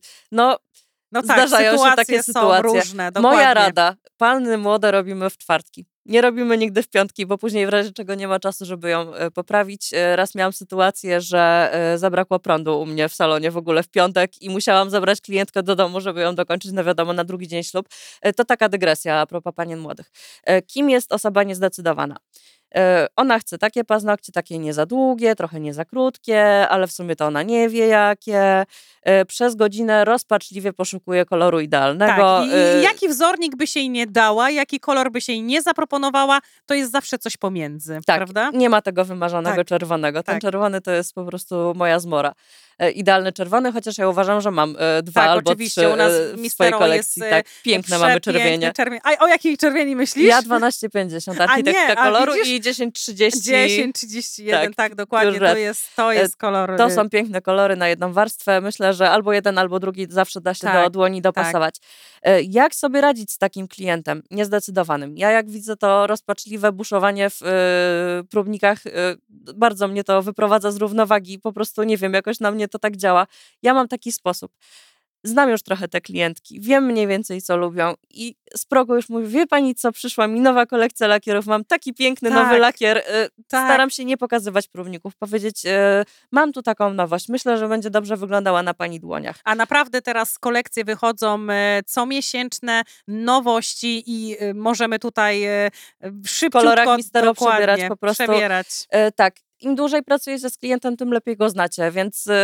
zdarzają się takie sytuacje. Różne, dokładnie. Moja rada, panny młode robimy w czwartki. Nie robimy nigdy w piątki, bo później w razie czego nie ma czasu, żeby ją poprawić. Raz miałam sytuację, że zabrakło prądu u mnie w salonie w ogóle w piątek i musiałam zabrać klientkę do domu, żeby ją dokończyć, no wiadomo, na drugi dzień ślub. To taka dygresja a propos panien młodych. Kim jest osoba niezdecydowana? Ona chce takie paznokcie, takie nie za długie, trochę nie za krótkie, ale w sumie to ona nie wie jakie. Przez godzinę rozpaczliwie poszukuje koloru idealnego. Tak, i jaki wzornik by się jej nie dała, jaki kolor by się jej nie zaproponowała, to jest zawsze coś pomiędzy, prawda? Nie ma tego wymarzonego czerwonego. Ten czerwony to jest po prostu moja zmora. Idealny czerwony, chociaż ja uważam, że mam 2 albo 3 u nas w swojej kolekcji. Tak, piękne mamy czerwienie. A o jakiej czerwieni myślisz? Ja 12,50, architektka koloru i 10,30. 10,31, tak dokładnie, to jest kolor. To są piękne kolory na jedną warstwę. Myślę, że albo jeden, albo drugi zawsze da się do dłoni dopasować. Jak sobie radzić z takim klientem niezdecydowanym? Ja jak widzę to rozpaczliwe buszowanie w próbnikach, bardzo mnie to wyprowadza z równowagi. Po prostu nie wiem, jakoś na mnie to tak działa. Ja mam taki sposób. Znam już trochę te klientki, wiem mniej więcej, co lubią i z progu już mówię, wie pani co, przyszła mi nowa kolekcja lakierów, mam taki piękny nowy lakier, staram się nie pokazywać próbników, powiedzieć, mam tu taką nowość, myślę, że będzie dobrze wyglądała na pani dłoniach. A naprawdę teraz kolekcje wychodzą comiesięczne, nowości i możemy tutaj szybciutko, w kolorach Mistero przebierać po prostu. Przebierać. Tak, im dłużej pracujecie z klientem, tym lepiej go znacie, więc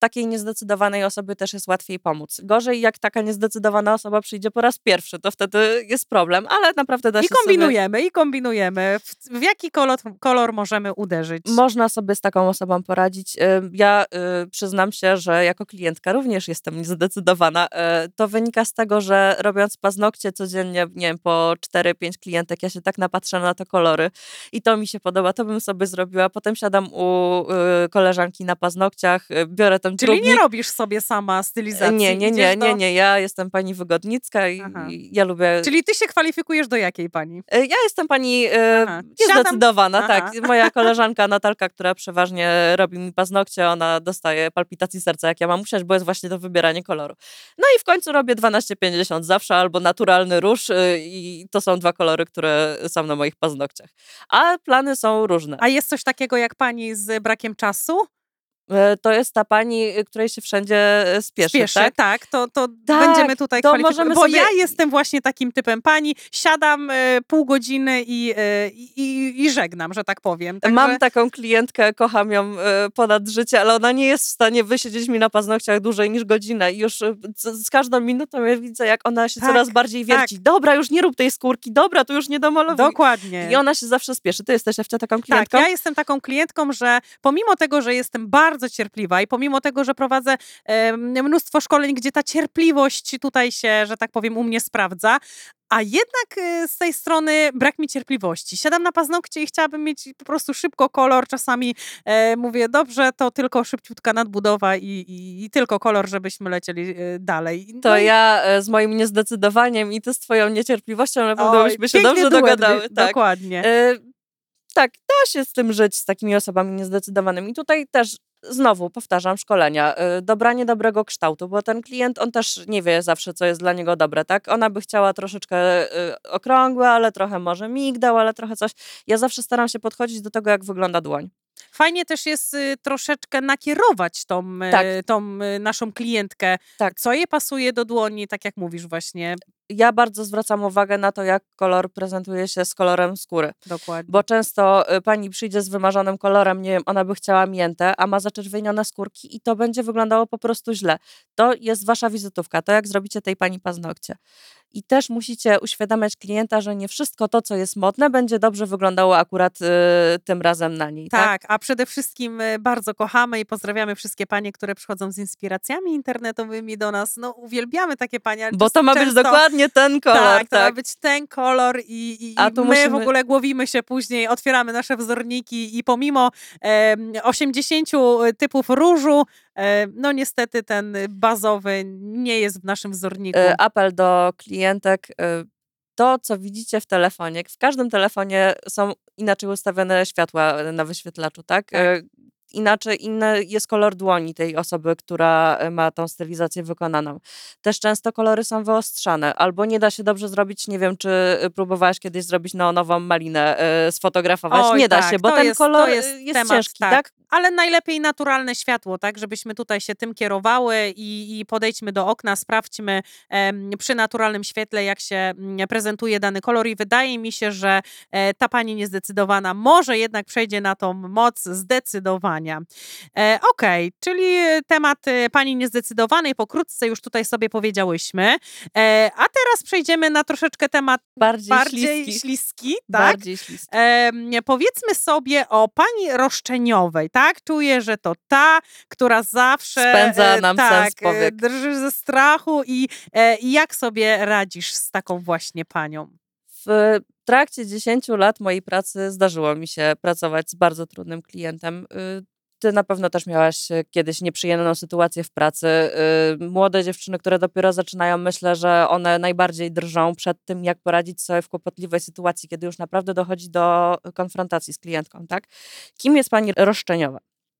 takiej niezdecydowanej osobie też jest łatwiej pomóc. Gorzej, jak taka niezdecydowana osoba przyjdzie po raz pierwszy, to wtedy jest problem, ale naprawdę da się I kombinujemy. W jaki kolor możemy uderzyć? Można sobie z taką osobą poradzić. Ja przyznam się, że jako klientka również jestem niezdecydowana. To wynika z tego, że robiąc paznokcie codziennie, nie wiem, po 4-5 klientek, ja się tak napatrzę na te kolory i to mi się podoba, to bym sobie zrobiła. Potem siadam u koleżanki na paznokciach, biorę ten Czyli próbnik. nie robisz sobie sama stylizacji? Nie. Ja jestem pani wygodnicka i ja lubię... Czyli ty się kwalifikujesz do jakiej pani? Ja jestem pani niezdecydowana, tak. Moja koleżanka Natalka, która przeważnie robi mi paznokcie, ona dostaje palpitacji serca, jak ja mam usiąść, bo jest właśnie to wybieranie koloru. No i w końcu robię 12,50 zawsze, albo naturalny róż i to są 2 kolory, które są na moich paznokciach. A plany są różne. A jest coś takiego jak pani z brakiem czasu? To jest ta pani, której się wszędzie spieszy, tak? To Tak, będziemy tutaj to kwalifikować. możemy Bo sobie... ja jestem właśnie takim typem pani, siadam pół godziny i żegnam, że tak powiem. Także... Mam taką klientkę, kocham ją ponad życie, ale ona nie jest w stanie wysiedzieć mi na paznokciach dłużej niż godzinę i już z każdą minutą ja widzę, jak ona się coraz bardziej wierci. Dobra, już nie rób tej skórki, dobra, tu już nie domalowuj. Dokładnie. I ona się zawsze spieszy. Ty jesteś jeszcze taką klientką? Tak, ja jestem taką klientką, że pomimo tego, że jestem bardzo cierpliwa i pomimo tego, że prowadzę mnóstwo szkoleń, gdzie ta cierpliwość tutaj się, że tak powiem, u mnie sprawdza, a jednak z tej strony brak mi cierpliwości. Siadam na paznokcie i chciałabym mieć po prostu szybko kolor. Czasami mówię, dobrze, to tylko szybciutka nadbudowa i tylko kolor, żebyśmy lecieli dalej. To ja z moim niezdecydowaniem i ty z twoją niecierpliwością naprawdę byśmy się dobrze dogadały. Tak. Dokładnie. Tak, da się z tym żyć, z takimi osobami niezdecydowanymi. I tutaj też znowu powtarzam szkolenia, dobranie dobrego kształtu, bo ten klient, on też nie wie zawsze, co jest dla niego dobre, tak? Ona by chciała troszeczkę okrągłe, ale trochę może migdał, ale trochę coś. Ja zawsze staram się podchodzić do tego, jak wygląda dłoń. Fajnie też jest troszeczkę nakierować tą naszą klientkę, co jej pasuje do dłoni, tak jak mówisz właśnie. Ja bardzo zwracam uwagę na to, jak kolor prezentuje się z kolorem skóry. Dokładnie. Bo często pani przyjdzie z wymarzonym kolorem, nie wiem, ona by chciała miętę, a ma zaczerwienione skórki i to będzie wyglądało po prostu źle. To jest wasza wizytówka, to jak zrobicie tej pani paznokcie. I też musicie uświadamiać klienta, że nie wszystko to, co jest modne, będzie dobrze wyglądało akurat tym razem na niej. Tak, a przede wszystkim bardzo kochamy i pozdrawiamy wszystkie panie, które przychodzą z inspiracjami internetowymi do nas. No uwielbiamy takie panie. Bo to ma być dokładnie ten kolor. Tak, to ma być ten kolor i my w ogóle głowimy się później, otwieramy nasze wzorniki i pomimo 80 typów różu, no niestety ten bazowy nie jest w naszym wzorniku. Apel do klientek. To, co widzicie w telefonie, w każdym telefonie są inaczej ustawione światła na wyświetlaczu, tak? Inaczej, inny jest kolor dłoni tej osoby, która ma tą stylizację wykonaną. Też często kolory są wyostrzane, albo nie da się dobrze zrobić, nie wiem, czy próbowałaś kiedyś zrobić neonową malinę, sfotografować. Nie da się, bo ten kolor jest temat, ciężki, tak? Ale najlepiej naturalne światło, tak, żebyśmy tutaj się tym kierowały i podejdźmy do okna, sprawdźmy przy naturalnym świetle, jak się prezentuje dany kolor i wydaje mi się, że ta pani niezdecydowana może jednak przejdzie na tą moc zdecydowania. Okej, czyli temat pani niezdecydowanej pokrótce już tutaj sobie powiedziałyśmy, a teraz przejdziemy na troszeczkę temat bardziej śliski, tak? Bardziej śliski. Powiedzmy sobie o pani roszczeniowej, tak? Czuję, że to ta, która zawsze spędza nam sen z powiek. Drży ze strachu i jak sobie radzisz z taką właśnie panią? W trakcie 10 lat mojej pracy zdarzyło mi się pracować z bardzo trudnym klientem. Ty na pewno też miałaś kiedyś nieprzyjemną sytuację w pracy. Młode dziewczyny, które dopiero zaczynają, myślę, że one najbardziej drżą przed tym, jak poradzić sobie w kłopotliwej sytuacji, kiedy już naprawdę dochodzi do konfrontacji z klientką, tak? Kim jest pani roszczeniowa?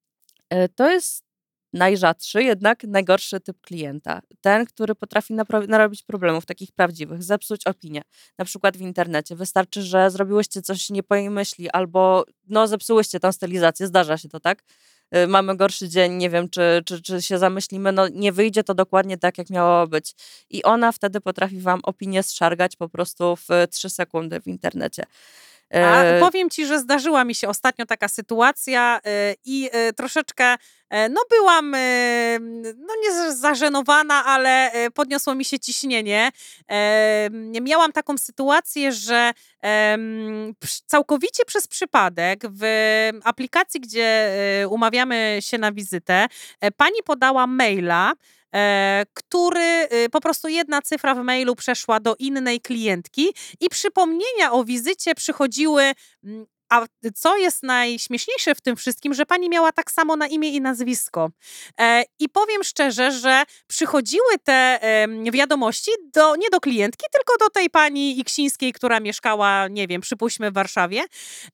To jest najrzadszy, jednak najgorszy typ klienta. Ten, który potrafi narobić problemów takich prawdziwych, zepsuć opinię. Na przykład w internecie. Wystarczy, że zrobiłyście coś nie po jej myśli albo zepsułyście tą stylizację. Zdarza się to, tak? Mamy gorszy dzień, nie wiem, czy się zamyślimy, nie wyjdzie to dokładnie tak, jak miało być. I ona wtedy potrafi wam opinię zszargać po prostu w 3 sekundy w internecie. A powiem ci, że zdarzyła mi się ostatnio taka sytuacja i troszeczkę No byłam, no nie zażenowana, ale podniosło mi się ciśnienie. Miałam taką sytuację, że całkowicie przez przypadek w aplikacji, gdzie umawiamy się na wizytę, pani podała maila, który po prostu jedna cyfra w mailu przeszła do innej klientki i przypomnienia o wizycie przychodziły. A co jest najśmieszniejsze w tym wszystkim, że pani miała tak samo na imię i nazwisko. I powiem szczerze, że przychodziły te wiadomości nie do klientki, tylko do tej pani Iksińskiej, która mieszkała, nie wiem, przypuśćmy w Warszawie.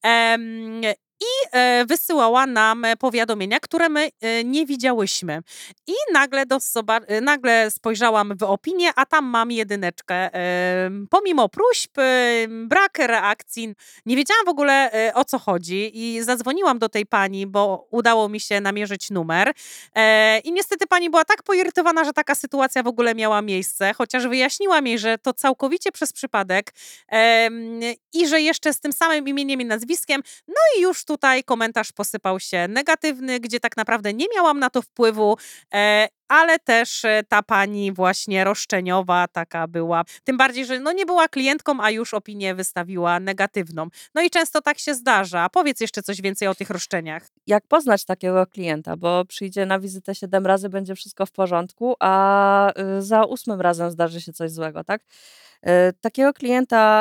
Wysyłała nam powiadomienia, które my nie widziałyśmy. I nagle spojrzałam w opinię, a tam mam jedyneczkę. Pomimo próśb, brak reakcji. Nie wiedziałam w ogóle, o co chodzi i zadzwoniłam do tej pani, bo udało mi się namierzyć numer. I niestety pani była tak poirytowana, że taka sytuacja w ogóle miała miejsce, chociaż wyjaśniłam jej, że to całkowicie przez przypadek i że jeszcze z tym samym imieniem i nazwiskiem. No i już tutaj komentarz posypał się negatywny, gdzie tak naprawdę nie miałam na to wpływu, ale też ta pani właśnie roszczeniowa taka była. Tym bardziej, że no nie była klientką, a już opinię wystawiła negatywną. No i często tak się zdarza. Powiedz jeszcze coś więcej o tych roszczeniach. Jak poznać takiego klienta, bo przyjdzie na wizytę 7 razy, będzie wszystko w porządku, a za 8 razem zdarzy się coś złego, tak? Takiego klienta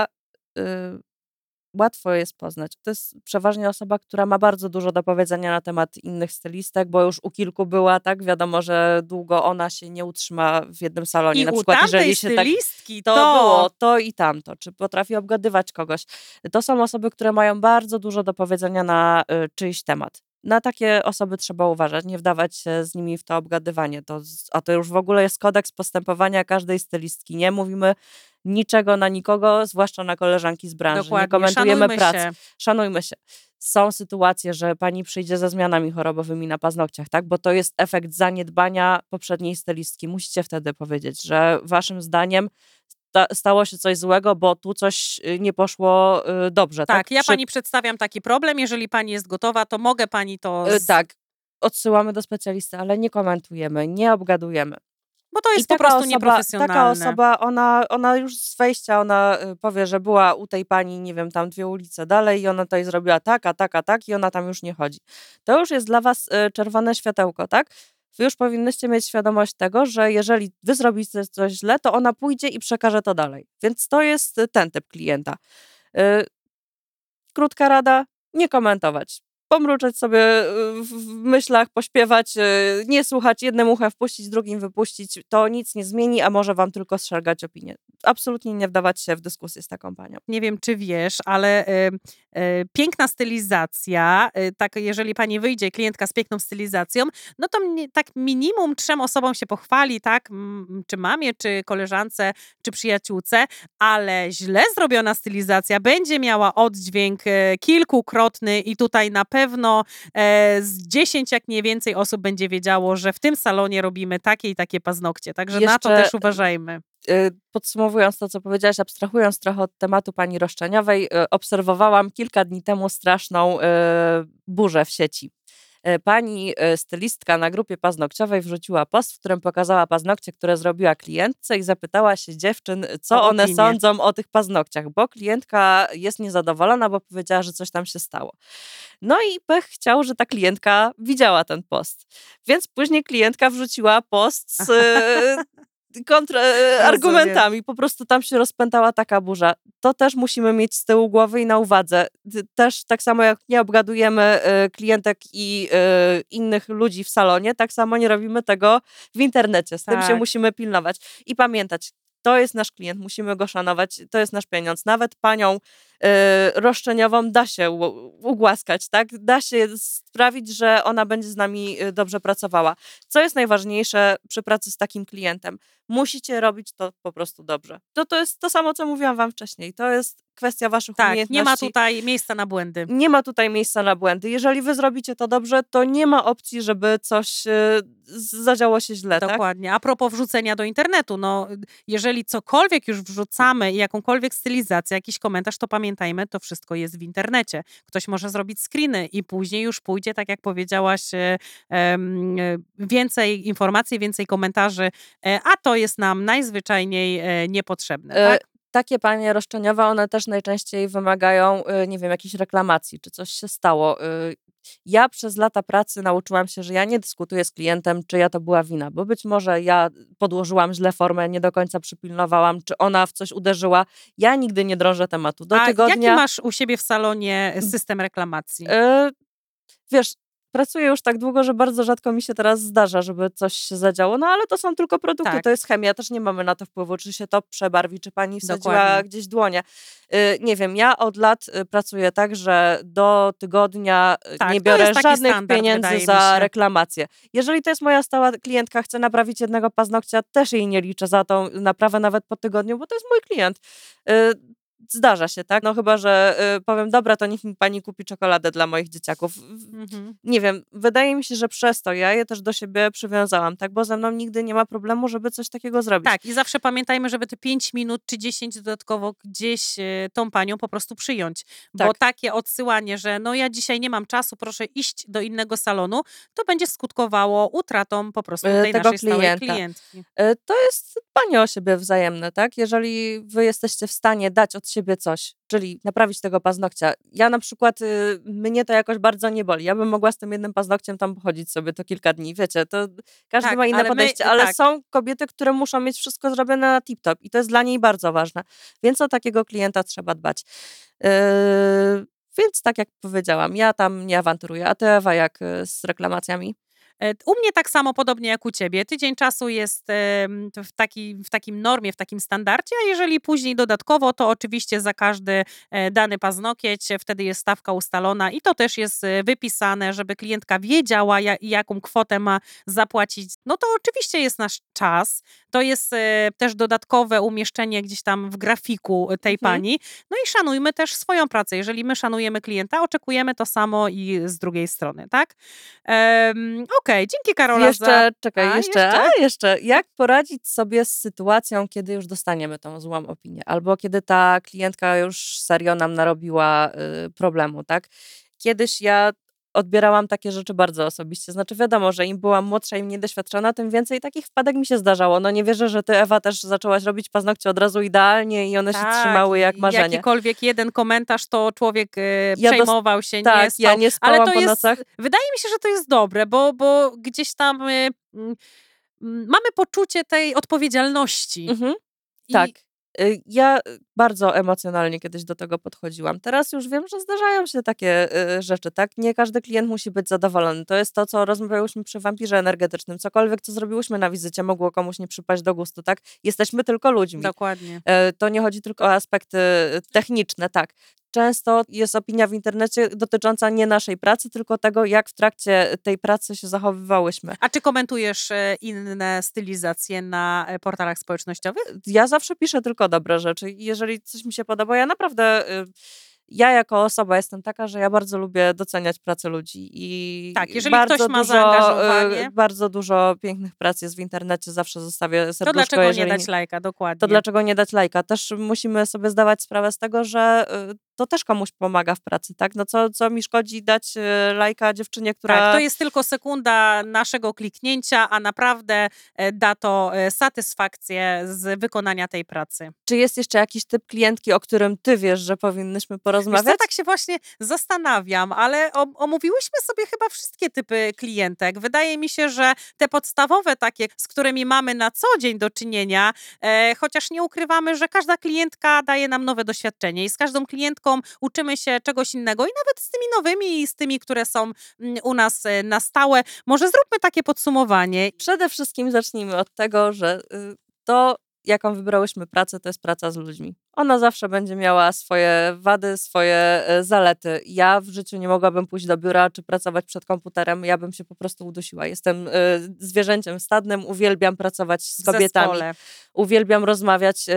łatwo jest poznać. To jest przeważnie osoba, która ma bardzo dużo do powiedzenia na temat innych stylistek, bo już u kilku była, tak? Wiadomo, że długo ona się nie utrzyma w jednym salonie. I na u przykład, tamtej jeżeli się tak stylistki to było, to i tamto, czy potrafi obgadywać kogoś. To są osoby, które mają bardzo dużo do powiedzenia na czyjś temat. Na takie osoby trzeba uważać, nie wdawać się z nimi w to obgadywanie. A to już w ogóle jest kodeks postępowania każdej stylistki. Nie mówimy niczego na nikogo, zwłaszcza na koleżanki z branży. Dokładnie. Nie komentujemy Szanujmy pracy. się. Szanujmy się. Są sytuacje, że pani przyjdzie ze zmianami chorobowymi na paznokciach, tak? Bo to jest efekt zaniedbania poprzedniej stylistki. Musicie wtedy powiedzieć, że waszym zdaniem stało się coś złego, bo tu coś nie poszło dobrze. Tak, ja Przy- pani przedstawiam taki problem. Jeżeli pani jest gotowa, to mogę pani to... Tak, odsyłamy do specjalisty, ale nie komentujemy, nie obgadujemy. Bo to I jest po prostu nieprofesjonalne. taka osoba, ona już z wejścia, ona powie, że była u tej pani, nie wiem, tam 2 ulice dalej i ona tutaj zrobiła tak, a tak, a tak i ona tam już nie chodzi. To już jest dla was czerwone światełko, tak? Wy już powinnyście mieć świadomość tego, że jeżeli wy zrobicie coś źle, to ona pójdzie i przekaże to dalej. Więc to jest ten typ klienta. Krótka rada, nie komentować. Pomruczeć sobie w myślach, pośpiewać, nie słuchać, jednym uchem wpuścić, drugim wypuścić. To nic nie zmieni, a może wam tylko zszargać opinię. Absolutnie nie wdawać się w dyskusję z taką panią. Nie wiem, czy wiesz, ale piękna stylizacja, tak jeżeli pani wyjdzie, klientka z piękną stylizacją, no to tak minimum 3 osobom się pochwali, tak? Czy mamie, czy koleżance, czy przyjaciółce, ale źle zrobiona stylizacja będzie miała oddźwięk kilkukrotny i tutaj na pewno z 10, jak nie więcej osób będzie wiedziało, że w tym salonie robimy takie i takie paznokcie. Także na to Jeszcze- też uważajmy. Podsumowując to, co powiedziałaś, abstrahując trochę od tematu pani roszczeniowej, obserwowałam kilka dni temu straszną burzę w sieci. Pani stylistka na grupie paznokciowej wrzuciła post, w którym pokazała paznokcie, które zrobiła klientce i zapytała się dziewczyn, co O one opinię. sądzą o tych paznokciach, bo klientka jest niezadowolona, bo powiedziała, że coś tam się stało. No i pech chciał, że ta klientka widziała ten post. Więc później klientka wrzuciła post z argumentami. Po prostu tam się rozpętała taka burza. To też musimy mieć z tyłu głowy i na uwadze. Też tak samo jak nie obgadujemy klientek i innych ludzi w salonie, tak samo nie robimy tego w internecie. Z tym się Tak. musimy pilnować. I pamiętać, to jest nasz klient, musimy go szanować, to jest nasz pieniądz. Nawet panią roszczeniową da się ugłaskać, tak? Da się sprawić, że ona będzie z nami dobrze pracowała. Co jest najważniejsze przy pracy z takim klientem? Musicie robić to po prostu dobrze. To jest to samo, co mówiłam wam wcześniej. To jest kwestia waszych Tak, umiejętności. nie ma tutaj miejsca na błędy. Nie ma tutaj miejsca na błędy. Jeżeli wy zrobicie to dobrze, to nie ma opcji, żeby coś zadziało się źle, tak? Dokładnie. A propos wrzucenia do internetu, no jeżeli cokolwiek już wrzucamy i jakąkolwiek stylizację, jakiś komentarz, to pamiętajmy, pamiętajmy, to wszystko jest w internecie. Ktoś może zrobić screeny i później już pójdzie, tak jak powiedziałaś, więcej informacji, więcej komentarzy, a to jest nam najzwyczajniej niepotrzebne, E, tak? Takie panie roszczeniowe, one też najczęściej wymagają, nie wiem, jakiejś reklamacji, czy coś się stało. Ja przez lata pracy nauczyłam się, że ja nie dyskutuję z klientem, czyja to była wina, bo być może ja podłożyłam źle formę, nie do końca przypilnowałam, czy ona w coś uderzyła. Ja nigdy nie drążę tematu. Do A jaki tygodnia, masz u siebie w salonie system reklamacji? e, wiesz, pracuję już tak długo, że bardzo rzadko mi się teraz zdarza, żeby coś się zadziało, no ale to są tylko produkty, Tak. to jest chemia, też nie mamy na to wpływu, czy się to przebarwi, czy pani wsadziła Dokładnie. gdzieś dłonie. Nie wiem, ja od lat pracuję tak, że do tygodnia Tak, nie to biorę jest taki żadnych standard, pieniędzy wydaje mi za się. reklamację. Jeżeli to jest moja stała klientka, chce naprawić jednego paznokcia, też jej nie liczę za tą naprawę nawet po tygodniu, bo to jest mój klient. Y, Zdarza się, tak? No chyba, że powiem, dobra, to niech mi pani kupi czekoladę dla moich dzieciaków. Mhm. Nie wiem, wydaje mi się, że przez to ja je też do siebie przywiązałam, tak? Bo ze mną nigdy nie ma problemu, żeby coś takiego zrobić. Tak, i zawsze pamiętajmy, żeby te 5 minut czy 10 dodatkowo gdzieś tą panią po prostu przyjąć. Bo Tak. takie odsyłanie, że no ja dzisiaj nie mam czasu, proszę iść do innego salonu, to będzie skutkowało utratą po prostu tej Tego naszej stałej klienta. klientki. To jest dbanie o siebie wzajemne, tak? Jeżeli wy jesteście w stanie dać od siebie coś, czyli naprawić tego paznokcia. Ja na przykład, mnie to jakoś bardzo nie boli. Ja bym mogła z tym jednym paznokciem tam pochodzić sobie to kilka dni, wiecie, to każdy Tak, ma inne ale podejście, my- ale tak. są kobiety, które muszą mieć wszystko zrobione na tip-top i to jest dla niej bardzo ważne. Więc o takiego klienta trzeba dbać. Yy, Więc tak jak powiedziałam, ja tam nie awanturuję. A ty, Ewa, jak z reklamacjami? U mnie tak samo, podobnie jak u ciebie. Tydzień czasu jest w takim normie, w takim standardzie, a jeżeli później dodatkowo, to oczywiście za każdy dany paznokieć wtedy jest stawka ustalona i to też jest wypisane, żeby klientka wiedziała, jaką kwotę ma zapłacić. No to oczywiście jest nasz czas. To jest też dodatkowe umieszczenie gdzieś tam w grafiku tej pani. No i szanujmy też swoją pracę. Jeżeli my szanujemy klienta, oczekujemy to samo i z drugiej strony, tak? Okej, dzięki Karola Jeszcze, czekaj, A, jeszcze. Jak poradzić sobie z sytuacją, kiedy już dostaniemy tą złą opinię? Albo kiedy ta klientka już serio nam narobiła problemu, tak? Kiedyś ja odbierałam takie rzeczy bardzo osobiście. Znaczy wiadomo, że im byłam młodsza i mniej doświadczona, tym więcej takich wpadek mi się zdarzało. No nie wierzę, że ty, Ewa, też zaczęłaś robić paznokcie od razu idealnie i one się trzymały jak i marzenie. jakikolwiek jeden komentarz, to człowiek Ja przejmował się, nie Tak, spał. ja nie Ale spałam to po jest, nocach. wydaje mi się, że to jest dobre, bo gdzieś tam mamy poczucie tej odpowiedzialności. Mhm. I Tak. Ja bardzo emocjonalnie kiedyś do tego podchodziłam. Teraz już wiem, że zdarzają się takie rzeczy, tak? Nie każdy klient musi być zadowolony. To jest to, co rozmawiałyśmy przy wampirze energetycznym. Cokolwiek, co zrobiłyśmy na wizycie, mogło komuś nie przypaść do gustu, tak? Jesteśmy tylko ludźmi. Dokładnie. To nie chodzi tylko o aspekty techniczne, tak. Często jest opinia w internecie dotycząca nie naszej pracy, tylko tego, jak w trakcie tej pracy się zachowywałyśmy. A czy komentujesz inne stylizacje na portalach społecznościowych? Ja zawsze piszę tylko dobre rzeczy. I jeżeli coś mi się podoba, ja naprawdę... Ja jako osoba jestem taka, że ja bardzo lubię doceniać pracę ludzi i Tak, jeżeli bardzo ktoś ma dużo, zaangażowanie. bardzo dużo pięknych prac jest w internecie, zawsze zostawię serduszko. To dlaczego nie jeżeli dać lajka? Dokładnie. To dlaczego nie dać lajka? Też musimy sobie zdawać sprawę z tego, że to też komuś pomaga w pracy, tak? No co mi szkodzi dać lajka dziewczynie, która... Tak, to jest tylko sekunda naszego kliknięcia, a naprawdę da to satysfakcję z wykonania tej pracy. Czy jest jeszcze jakiś typ klientki, o którym ty wiesz, że powinnyśmy Wiesz porozmawiać? co, tak się właśnie zastanawiam, ale omówiłyśmy sobie chyba wszystkie typy klientek. Wydaje mi się, że te podstawowe takie, z którymi mamy na co dzień do czynienia, chociaż nie ukrywamy, że każda klientka daje nam nowe doświadczenie i z każdą klientką uczymy się czegoś innego i nawet z tymi nowymi i z tymi, które są u nas na stałe. Może zróbmy takie podsumowanie. Przede wszystkim zacznijmy od tego, że to, jaką wybrałyśmy pracę, to jest praca z ludźmi. Ona zawsze będzie miała swoje wady, swoje zalety. Ja w życiu nie mogłabym pójść do biura czy pracować przed komputerem, ja bym się po prostu udusiła. Jestem zwierzęciem stadnym, uwielbiam pracować z W kobietami, zespole. uwielbiam rozmawiać,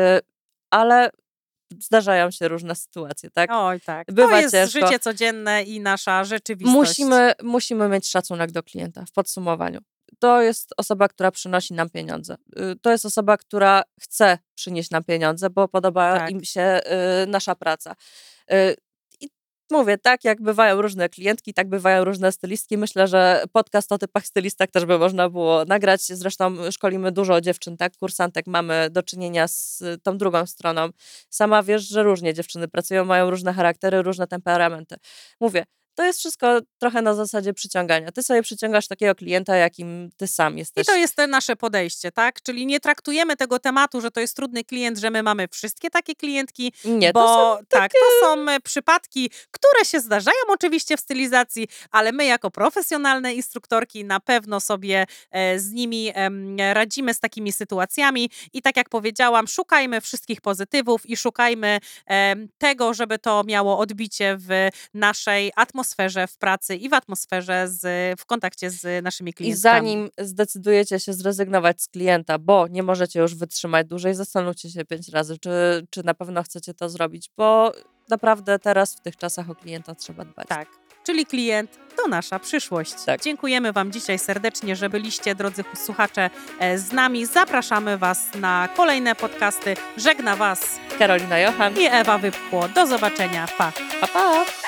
ale zdarzają się różne sytuacje, tak? Oj tak, Bywa to jest ciężko. życie codzienne i nasza rzeczywistość. Musimy mieć szacunek do klienta w podsumowaniu. To jest osoba, która przynosi nam pieniądze. To jest osoba, która chce przynieść nam pieniądze, bo podoba Tak. im się nasza praca. I mówię, tak jak bywają różne klientki, tak bywają różne stylistki. Myślę, że podcast o typach stylistach też by można było nagrać. Zresztą szkolimy dużo dziewczyn, tak? Kursantek, mamy do czynienia z tą drugą stroną. Sama wiesz, że różnie dziewczyny pracują, mają różne charaktery, różne temperamenty. Mówię, to jest wszystko trochę na zasadzie przyciągania. Ty sobie przyciągasz takiego klienta, jakim ty sam I jesteś. to jest te nasze podejście, tak? Czyli nie traktujemy tego tematu, że to jest trudny klient, że my mamy wszystkie takie klientki, Nie, bo to są tak, to są przypadki, które się zdarzają oczywiście w stylizacji, ale my jako profesjonalne instruktorki na pewno sobie z nimi radzimy z takimi sytuacjami i tak jak powiedziałam, szukajmy wszystkich pozytywów i szukajmy tego, żeby to miało odbicie w naszej atmosferze w pracy i w atmosferze w kontakcie z naszymi I klientami. zanim zdecydujecie się zrezygnować z klienta, bo nie możecie już wytrzymać dłużej, zastanówcie się 5 razy, czy na pewno chcecie to zrobić, bo naprawdę teraz w tych czasach o klienta trzeba dbać. Tak, czyli klient to nasza przyszłość. Tak. Dziękujemy Wam dzisiaj serdecznie, że byliście, drodzy słuchacze, z nami. Zapraszamy Was na kolejne podcasty. Żegna Was Karolina Jochan. i Ewa Wypchło. Do zobaczenia. Pa! Pa, pa!